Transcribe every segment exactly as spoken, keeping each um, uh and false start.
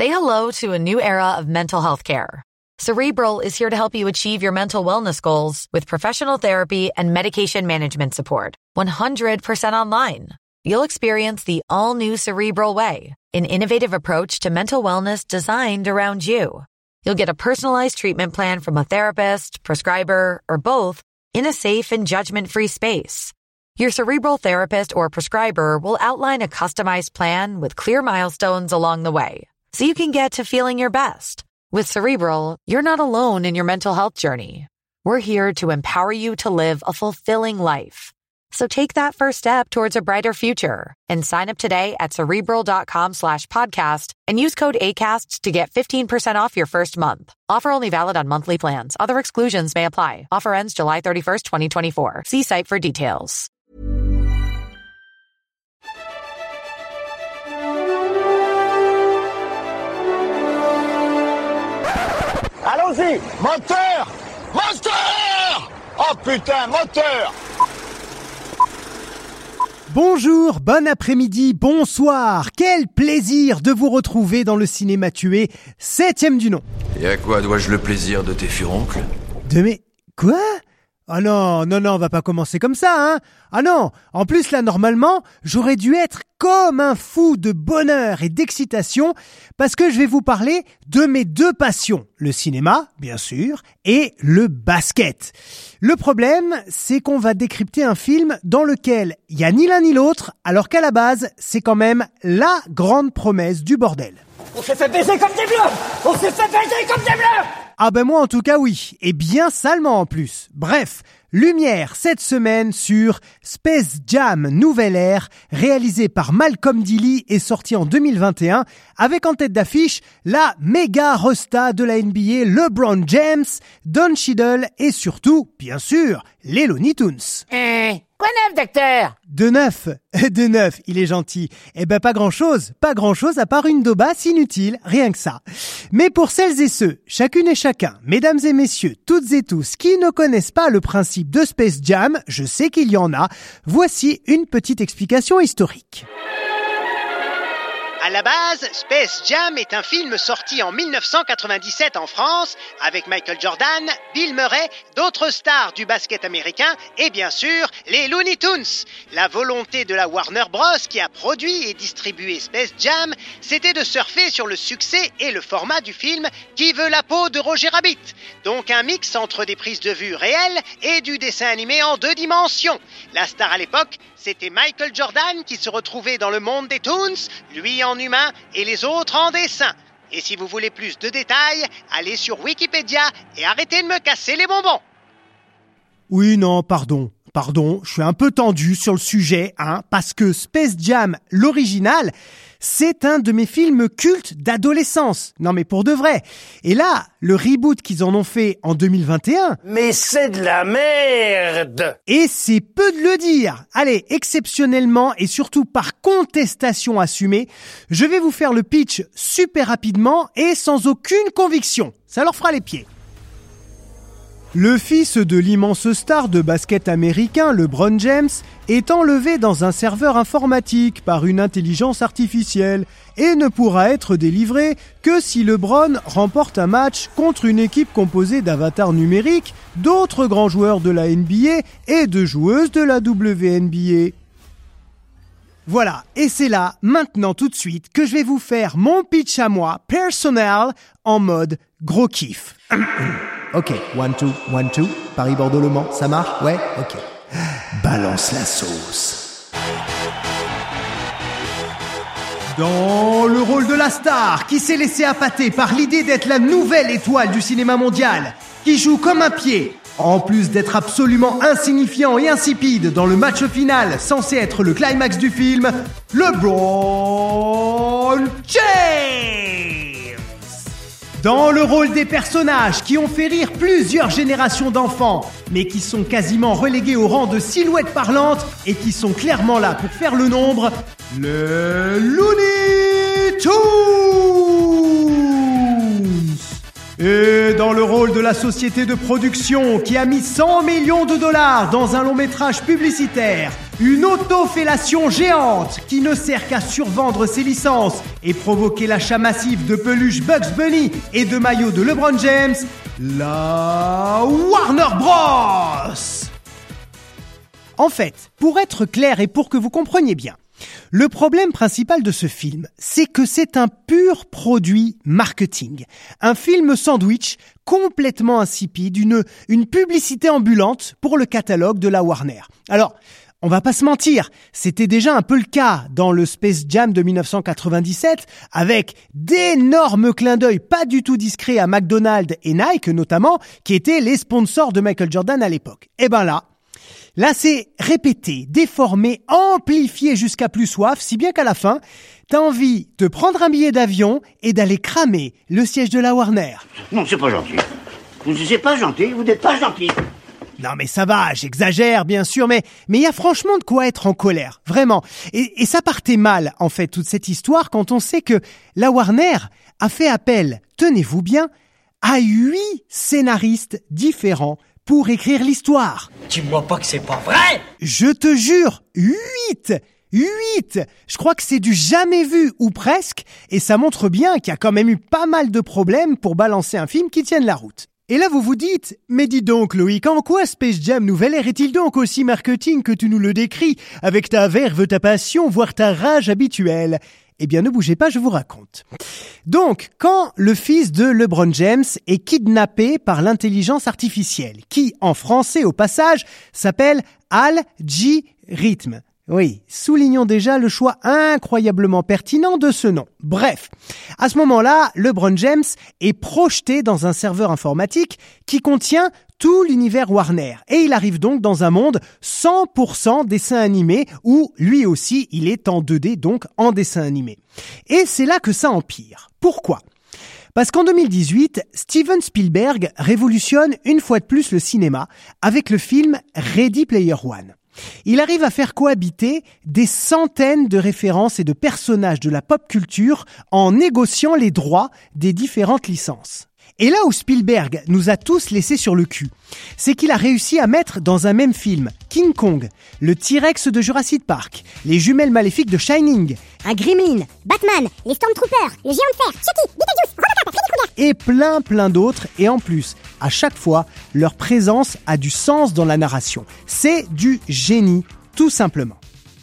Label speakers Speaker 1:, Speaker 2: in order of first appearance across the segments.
Speaker 1: Say hello to a new era of mental health care. Cerebral is here to help you achieve your mental wellness goals with professional therapy and medication management support. one hundred percent online. You'll experience the all-new Cerebral Way, an innovative approach to mental wellness designed around you. You'll get a personalized treatment plan from a therapist, prescriber, or both in a safe and judgment-free space. Your Cerebral therapist or prescriber will outline a customized plan with clear milestones along the way, so you can get to feeling your best. With Cerebral, you're not alone in your mental health journey. We're here to empower you to live a fulfilling life. So take that first step towards a brighter future and sign up today at Cerebral.com slash podcast and use code ACAST to get fifteen percent off your first month. Offer only valid on monthly plans. Other exclusions may apply. Offer ends July thirty-first, twenty twenty-four. See site for details.
Speaker 2: Allons-y, moteur, moteur. Oh putain, moteur.
Speaker 3: Bonjour, bon après-midi, bonsoir. Quel plaisir de vous retrouver dans le cinéma tué, septième du nom.
Speaker 4: Et à quoi dois-je le plaisir de tes furoncles ?
Speaker 3: De mes... Quoi ? Ah non, non, non, on va pas commencer comme ça, hein. Ah non, en plus là, normalement, j'aurais dû être comme un fou de bonheur et d'excitation parce que je vais vous parler de mes deux passions, le cinéma, bien sûr, et le basket. Le problème, c'est qu'on va décrypter un film dans lequel il y a ni l'un ni l'autre, alors qu'à la base, c'est quand même la grande promesse du bordel.
Speaker 2: On s'est fait baiser comme des bleus. On s'est fait baiser comme des bleus.
Speaker 3: Ah ben moi en tout cas oui, et bien salement en plus. Bref, lumière cette semaine sur Space Jam Nouvelle Ère, réalisé par Malcolm Dilly et sorti en deux mille vingt et un, avec en tête d'affiche la méga rosta de la N B A LeBron James, Don Cheadle et surtout, bien sûr, les Looney Tunes.
Speaker 5: Euh, quoi neuf, docteur ?
Speaker 3: De neuf, de neuf, il est gentil. Eh ben pas grand-chose, pas grand-chose à part une daubasse inutile, rien que ça. Mais pour celles et ceux, chacune et chacun, mesdames et messieurs, toutes et tous, qui ne connaissent pas le principe de Space Jam, je sais qu'il y en a, voici une petite explication historique.
Speaker 6: À la base, Space Jam est un film sorti en dix-neuf cent quatre-vingt-dix-sept en France avec Michael Jordan, Bill Murray, d'autres stars du basket américain et bien sûr les Looney Tunes. La volonté de la Warner Bros qui a produit et distribué Space Jam, c'était de surfer sur le succès et le format du film Qui veut la peau de Roger Rabbit. Donc un mix entre des prises de vue réelles et du dessin animé en deux dimensions. La star à l'époque, c'était Michael Jordan qui se retrouvait dans le monde des Toons, lui en humain et les autres en dessin. Et si vous voulez plus de détails, allez sur Wikipédia et arrêtez de me casser les bonbons.
Speaker 3: Oui, non, pardon, pardon, je suis un peu tendu sur le sujet, hein, parce que Space Jam, l'original, c'est un de mes films cultes d'adolescence. Non mais pour de vrai. Et là, le reboot qu'ils en ont fait en deux mille vingt et un...
Speaker 2: Mais c'est de la merde.
Speaker 3: Et c'est peu de le dire. Allez, exceptionnellement et surtout par contestation assumée, je vais vous faire le pitch super rapidement et sans aucune conviction. Ça leur fera les pieds. Le fils de l'immense star de basket américain, LeBron James, est enlevé dans un serveur informatique par une intelligence artificielle et ne pourra être délivré que si LeBron remporte un match contre une équipe composée d'avatars numériques, d'autres grands joueurs de la N B A et de joueuses de la W N B A. Voilà, et c'est là, maintenant tout de suite, que je vais vous faire mon pitch à moi, personnel, en mode gros kiff. Ok, one, two, one, two. Paris-Bordeaux-Le Mans, ça marche? Ouais, ok. Balance la sauce. Dans le rôle de la star, qui s'est laissé appâter par l'idée d'être la nouvelle étoile du cinéma mondial, qui joue comme un pied, en plus d'être absolument insignifiant et insipide dans le match final censé être le climax du film, LeBron James. Dans le rôle des personnages qui ont fait rire plusieurs générations d'enfants, mais qui sont quasiment relégués au rang de silhouettes parlantes et qui sont clairement là pour faire le nombre, les Looney Tunes. Et dans le rôle de la société de production qui a mis cent millions de dollars dans un long métrage publicitaire, Une autofellation géante qui ne sert qu'à survendre ses licences et provoquer l'achat massif de peluches Bugs Bunny et de maillots de LeBron James, la Warner Bros. En fait, pour être clair et pour que vous compreniez bien, le problème principal de ce film, c'est que c'est un pur produit marketing. Un film sandwich complètement insipide, une, une publicité ambulante pour le catalogue de la Warner. Alors, on va pas se mentir, c'était déjà un peu le cas dans le Space Jam de dix-neuf cent quatre-vingt-dix-sept, avec d'énormes clins d'œil pas du tout discrets à McDonald's et Nike notamment, qui étaient les sponsors de Michael Jordan à l'époque. Et ben là, Là, c'est répété, déformé, amplifié jusqu'à plus soif, si bien qu'à la fin, t'as envie de prendre un billet d'avion et d'aller cramer le siège de la Warner.
Speaker 7: Non, c'est pas gentil. C'est pas gentil, vous n'êtes pas gentil.
Speaker 3: Non mais ça va, j'exagère bien sûr, mais mais il y a franchement de quoi être en colère, vraiment. Et, et ça partait mal, en fait, toute cette histoire, quand on sait que la Warner a fait appel, tenez-vous bien, à huit scénaristes différents pour écrire l'histoire.
Speaker 2: Dis-moi pas que c'est pas vrai!
Speaker 3: Je te jure, huit! Huit! Je crois que c'est du jamais vu, ou presque, et ça montre bien qu'il y a quand même eu pas mal de problèmes pour balancer un film qui tienne la route. Et là vous vous dites, mais dis donc Loïc, en quoi Space Jam Nouvelle Ère est-il donc aussi marketing que tu nous le décris, avec ta verve, ta passion, voire ta rage habituelle? Eh bien, ne bougez pas, je vous raconte. Donc, quand le fils de LeBron James est kidnappé par l'intelligence artificielle, qui, en français au passage, s'appelle Algorithme. Oui, soulignons déjà le choix incroyablement pertinent de ce nom. Bref, à ce moment-là, LeBron James est projeté dans un serveur informatique qui contient tout l'univers Warner. Et il arrive donc dans un monde cent pour cent dessin animé où lui aussi il est en deux D, donc en dessin animé. Et c'est là que ça empire. Pourquoi ? Parce qu'en deux mille dix-huit, Steven Spielberg révolutionne une fois de plus le cinéma avec le film Ready Player One. Il arrive à faire cohabiter des centaines de références et de personnages de la pop culture en négociant les droits des différentes licences. Et là où Spielberg nous a tous laissés sur le cul, c'est qu'il a réussi à mettre dans un même film King Kong, le T-Rex de Jurassic Park, les jumelles maléfiques de Shining,
Speaker 8: un Gremlin, Batman, les Stormtroopers, le géant de fer, Chucky, Beetlejuice, Robocop, Freddy Krueger
Speaker 3: et plein plein d'autres. Et en plus, à chaque fois, leur présence a du sens dans la narration. C'est du génie, tout simplement.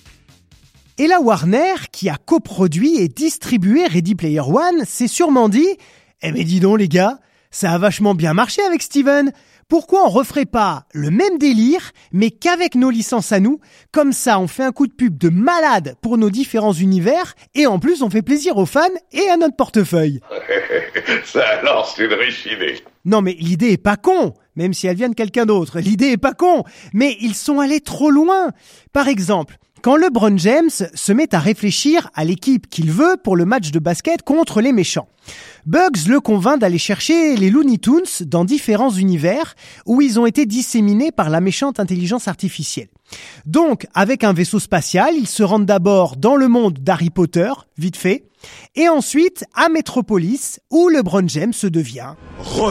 Speaker 3: Et la Warner, qui a coproduit et distribué Ready Player One, s'est sûrement dit « Eh mais dis donc les gars, ça a vachement bien marché avec Steven. Pourquoi on referait pas le même délire, mais qu'avec nos licences à nous? Comme ça, on fait un coup de pub de malade pour nos différents univers, et en plus, on fait plaisir aux fans et à notre portefeuille. »
Speaker 9: Ça alors, c'est une riche idée.
Speaker 3: Non mais l'idée est pas con, même si elle vient de quelqu'un d'autre. L'idée est pas con, mais ils sont allés trop loin. Par exemple, quand LeBron James se met à réfléchir à l'équipe qu'il veut pour le match de basket contre les méchants, Bugs le convainc d'aller chercher les Looney Tunes dans différents univers où ils ont été disséminés par la méchante intelligence artificielle. Donc, avec un vaisseau spatial, ils se rendent d'abord dans le monde d'Harry Potter, vite fait, et ensuite à Metropolis, où LeBron James devient...
Speaker 9: Robin ?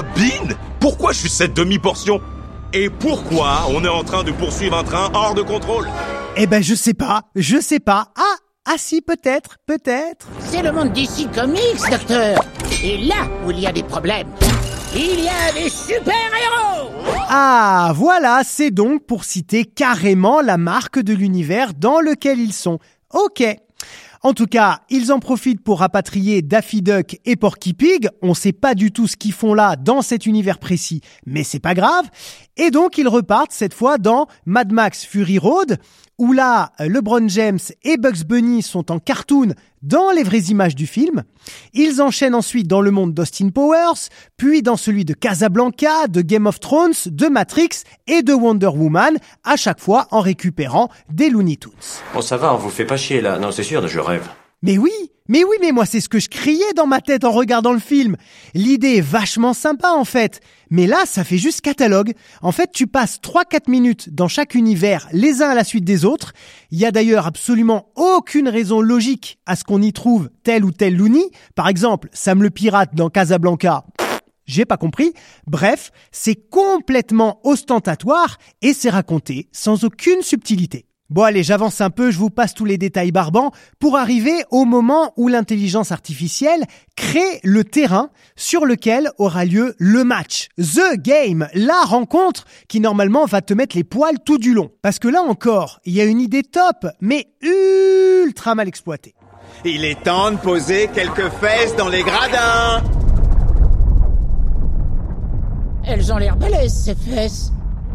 Speaker 9: Pourquoi je suis cette demi-portion ? Et pourquoi on est en train de poursuivre un train hors de contrôle ?
Speaker 3: Eh ben, je sais pas, je sais pas. Ah, ah si, peut-être, peut-être.
Speaker 5: C'est le monde D C Comics, docteur. Et là où il y a des problèmes, il y a des super-héros.
Speaker 3: Ah, voilà, c'est donc pour citer carrément la marque de l'univers dans lequel ils sont. Ok. En tout cas, ils en profitent pour rapatrier Daffy Duck et Porky Pig. On sait pas du tout ce qu'ils font là dans cet univers précis, mais c'est pas grave. Et donc, ils repartent cette fois dans Mad Max Fury Road, où là, LeBron James et Bugs Bunny sont en cartoon dans les vraies images du film. Ils enchaînent ensuite dans le monde d'Austin Powers, puis dans celui de Casablanca, de Game of Thrones, de Matrix et de Wonder Woman, à chaque fois en récupérant des Looney Tunes.
Speaker 10: Bon, ça va, on vous fait pas chier là. Non, c'est sûr, je rêve.
Speaker 3: Mais oui, mais oui, mais moi c'est ce que je criais dans ma tête en regardant le film. L'idée est vachement sympa en fait. Mais là, ça fait juste catalogue. En fait, tu passes trois quatre minutes dans chaque univers, les uns à la suite des autres. Il y a d'ailleurs absolument aucune raison logique à ce qu'on y trouve tel ou tel Looney. Par exemple, Sam le pirate dans Casablanca. Pff, j'ai pas compris. Bref, c'est complètement ostentatoire et c'est raconté sans aucune subtilité. Bon allez, j'avance un peu, je vous passe tous les détails barbants pour arriver au moment où l'intelligence artificielle crée le terrain sur lequel aura lieu le match. The Game, la rencontre qui normalement va te mettre les poils tout du long. Parce que là encore, il y a une idée top, mais ultra mal exploitée.
Speaker 11: Il est temps de poser quelques fesses dans les gradins.
Speaker 5: Elles ont l'air belles, ces fesses.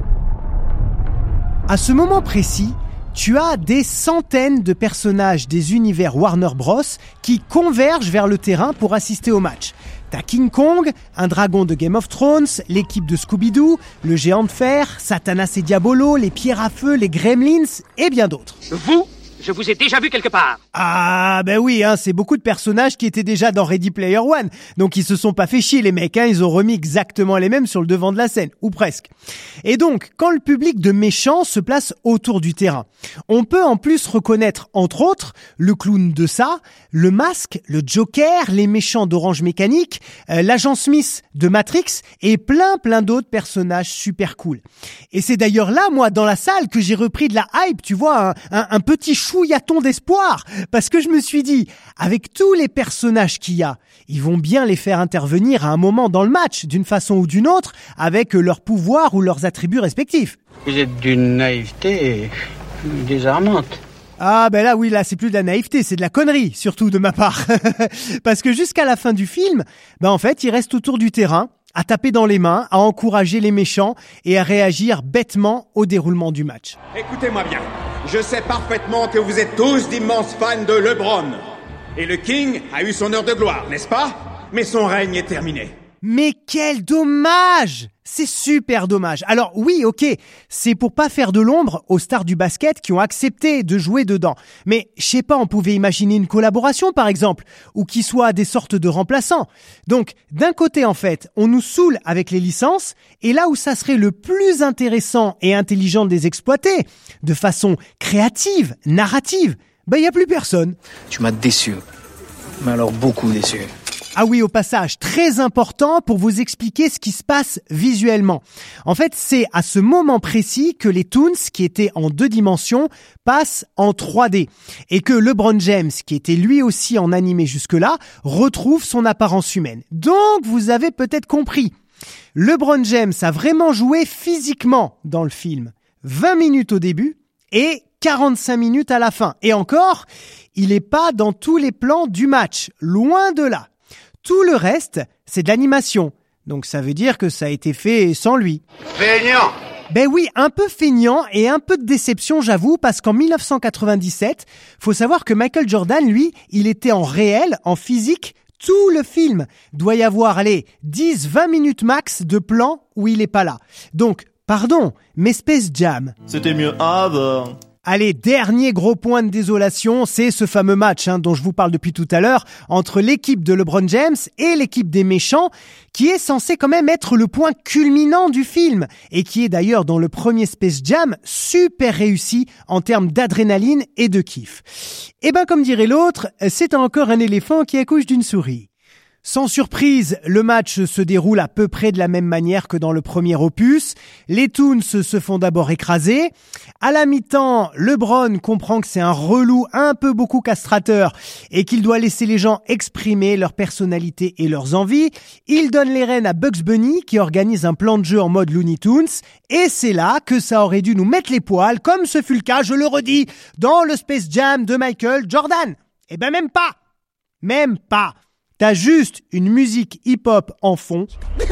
Speaker 3: À ce moment précis, tu as des centaines de personnages des univers Warner Bros qui convergent vers le terrain pour assister au match. T'as King Kong, un dragon de Game of Thrones, l'équipe de Scooby-Doo, le géant de fer, Satanas et Diabolo, les pierres à feu, les Gremlins et bien d'autres.
Speaker 12: Vous, je vous ai déjà vu quelque part.
Speaker 3: Ah ben oui, hein, c'est beaucoup de personnages qui étaient déjà dans Ready Player One, donc ils se sont pas fait chier les mecs, hein, ils ont remis exactement les mêmes sur le devant de la scène, ou presque. Et donc, quand le public de méchants se place autour du terrain, on peut en plus reconnaître, entre autres, le clown de ça, le masque, le Joker, les méchants d'Orange Mécanique, euh, l'agent Smith de Matrix, et plein plein d'autres personnages super cool. Et c'est d'ailleurs là, moi, dans la salle, que j'ai repris de la hype, tu vois, un, un, un petit chouillaton d'espoir, parce que je me suis dit, avec tous les personnages qu'il y a, ils vont bien les faire intervenir à un moment dans le match, d'une façon ou d'une autre, avec leurs pouvoirs ou leurs attributs respectifs.
Speaker 13: Vous êtes d'une naïveté désarmante.
Speaker 3: Ah ben là oui, là c'est plus de la naïveté, c'est de la connerie, surtout de ma part. Parce que jusqu'à la fin du film, ben en fait, ils restent autour du terrain, à taper dans les mains, à encourager les méchants et à réagir bêtement au déroulement du match.
Speaker 11: Écoutez-moi bien, je sais parfaitement que vous êtes tous d'immenses fans de LeBron. Et le King a eu son heure de gloire, n'est-ce pas? Mais son règne est terminé.
Speaker 3: Mais quel dommage! C'est super dommage. Alors oui, ok, c'est pour pas faire de l'ombre aux stars du basket qui ont accepté de jouer dedans. Mais je sais pas, on pouvait imaginer une collaboration par exemple, ou qui soit des sortes de remplaçants. Donc d'un côté en fait, on nous saoule avec les licences, et là où ça serait le plus intéressant et intelligent de les exploiter, de façon créative, narrative, ben y a plus personne.
Speaker 14: Tu m'as déçu, mais alors beaucoup déçu.
Speaker 3: Ah oui, au passage, très important pour vous expliquer ce qui se passe visuellement. En fait, c'est à ce moment précis que les Toons, qui étaient en deux dimensions, passent en trois D. Et que LeBron James, qui était lui aussi en animé jusque-là, retrouve son apparence humaine. Donc, vous avez peut-être compris. LeBron James a vraiment joué physiquement dans le film. vingt minutes au début et quarante-cinq minutes à la fin. Et encore, il n'est pas dans tous les plans du match. Loin de là. Tout le reste, c'est de l'animation. Donc ça veut dire que ça a été fait sans lui.
Speaker 11: Feignant!
Speaker 3: Ben oui, un peu feignant et un peu de déception, j'avoue, parce qu'en dix-neuf cent quatre-vingt-dix-sept, faut savoir que Michael Jordan, lui, il était en réel, en physique, tout le film. Doit y avoir, allez, dix vingt minutes max de plans où il est pas là. Donc, pardon, mais Space Jam.
Speaker 15: C'était mieux avant.
Speaker 3: Allez, dernier gros point de désolation, c'est ce fameux match hein, dont je vous parle depuis tout à l'heure entre l'équipe de LeBron James et l'équipe des méchants, qui est censé quand même être le point culminant du film et qui est d'ailleurs dans le premier Space Jam super réussi en termes d'adrénaline et de kiff. Et ben comme dirait l'autre, c'est encore un éléphant qui accouche d'une souris. Sans surprise, le match se déroule à peu près de la même manière que dans le premier opus. Les Toons se font d'abord écraser. À la mi-temps, LeBron comprend que c'est un relou un peu beaucoup castrateur et qu'il doit laisser les gens exprimer leur personnalité et leurs envies. Il donne les rênes à Bugs Bunny qui organise un plan de jeu en mode Looney Tunes. Et c'est là que ça aurait dû nous mettre les poils, comme ce fut le cas, je le redis, dans le Space Jam de Michael Jordan. Eh ben même pas. Même pas. T'as juste une musique hip-hop en fond.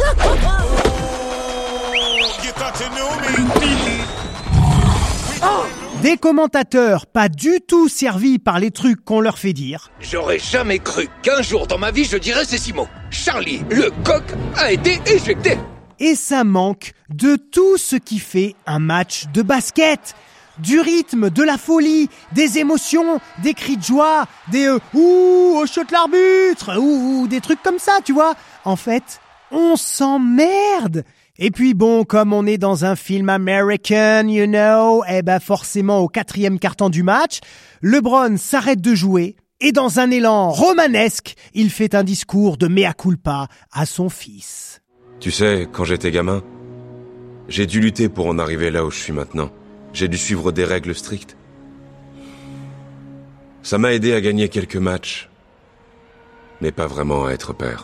Speaker 3: Des commentateurs pas du tout servis par les trucs qu'on leur fait dire.
Speaker 16: J'aurais jamais cru qu'un jour dans ma vie je dirais ces six mots. Charlie, le coq, a été éjecté.
Speaker 3: Et ça manque de tout ce qui fait un match de basket. Du rythme, de la folie, des émotions, des cris de joie, des euh, « Ouh, oh, shot l'arbitre !» ou, ou des trucs comme ça, tu vois. En fait, on s'emmerde. Et puis bon, comme on est dans un film American, you know, eh ben forcément au quatrième quart-temps du match, LeBron s'arrête de jouer et dans un élan romanesque, il fait un discours de mea culpa à son fils.
Speaker 9: Tu sais, quand j'étais gamin, j'ai dû lutter pour en arriver là où je suis maintenant. J'ai dû suivre des règles strictes. Ça m'a aidé à gagner quelques matchs, mais pas vraiment à être père.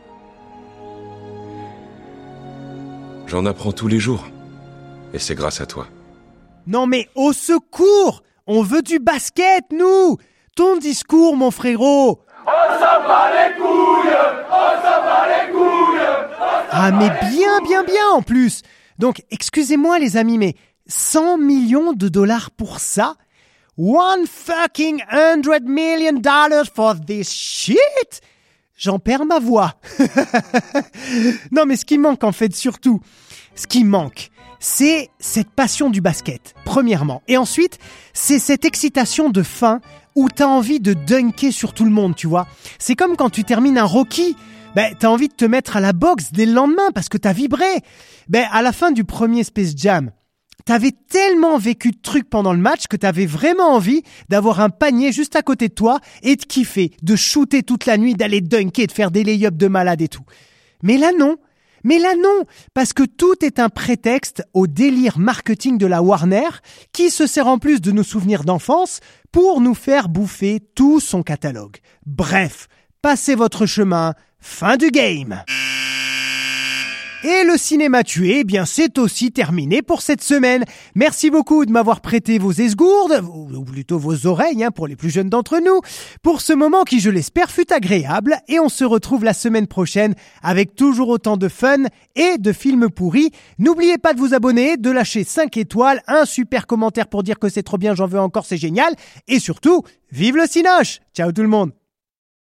Speaker 9: J'en apprends tous les jours, et c'est grâce à toi.
Speaker 3: Non mais au secours! On veut du basket, nous! Ton discours, mon frérot!
Speaker 2: On s'en bat les couilles! On s'en bat les couilles!
Speaker 3: Ah mais bien, bien, bien en plus! Donc, excusez-moi les amis, mais cent millions de dollars pour ça? One fucking hundred million dollars for this shit? J'en perds ma voix. Non mais ce qui manque en fait surtout, ce qui manque, c'est cette passion du basket, premièrement. Et ensuite, c'est cette excitation de fin où t'as envie de dunker sur tout le monde, tu vois. C'est comme quand tu termines un Rocky, ben, t'as envie de te mettre à la boxe dès le lendemain parce que t'as vibré. Ben, à la fin du premier Space Jam, t'avais tellement vécu de trucs pendant le match que t'avais vraiment envie d'avoir un panier juste à côté de toi et de kiffer, de shooter toute la nuit, d'aller dunker, de faire des lay-ups de malade et tout. Mais là, non. Mais là, non. Parce que tout est un prétexte au délire marketing de la Warner qui se sert en plus de nos souvenirs d'enfance pour nous faire bouffer tout son catalogue. Bref, passez votre chemin. Fin du game. Et le cinéma tué, eh bien c'est aussi terminé pour cette semaine. Merci beaucoup de m'avoir prêté vos esgourdes, ou plutôt vos oreilles hein, pour les plus jeunes d'entre nous, pour ce moment qui je l'espère fut agréable. Et on se retrouve la semaine prochaine avec toujours autant de fun et de films pourris. N'oubliez pas de vous abonner, de lâcher cinq étoiles, un super commentaire pour dire que c'est trop bien, j'en veux encore, c'est génial. Et surtout, vive le cinoche! Ciao tout le monde!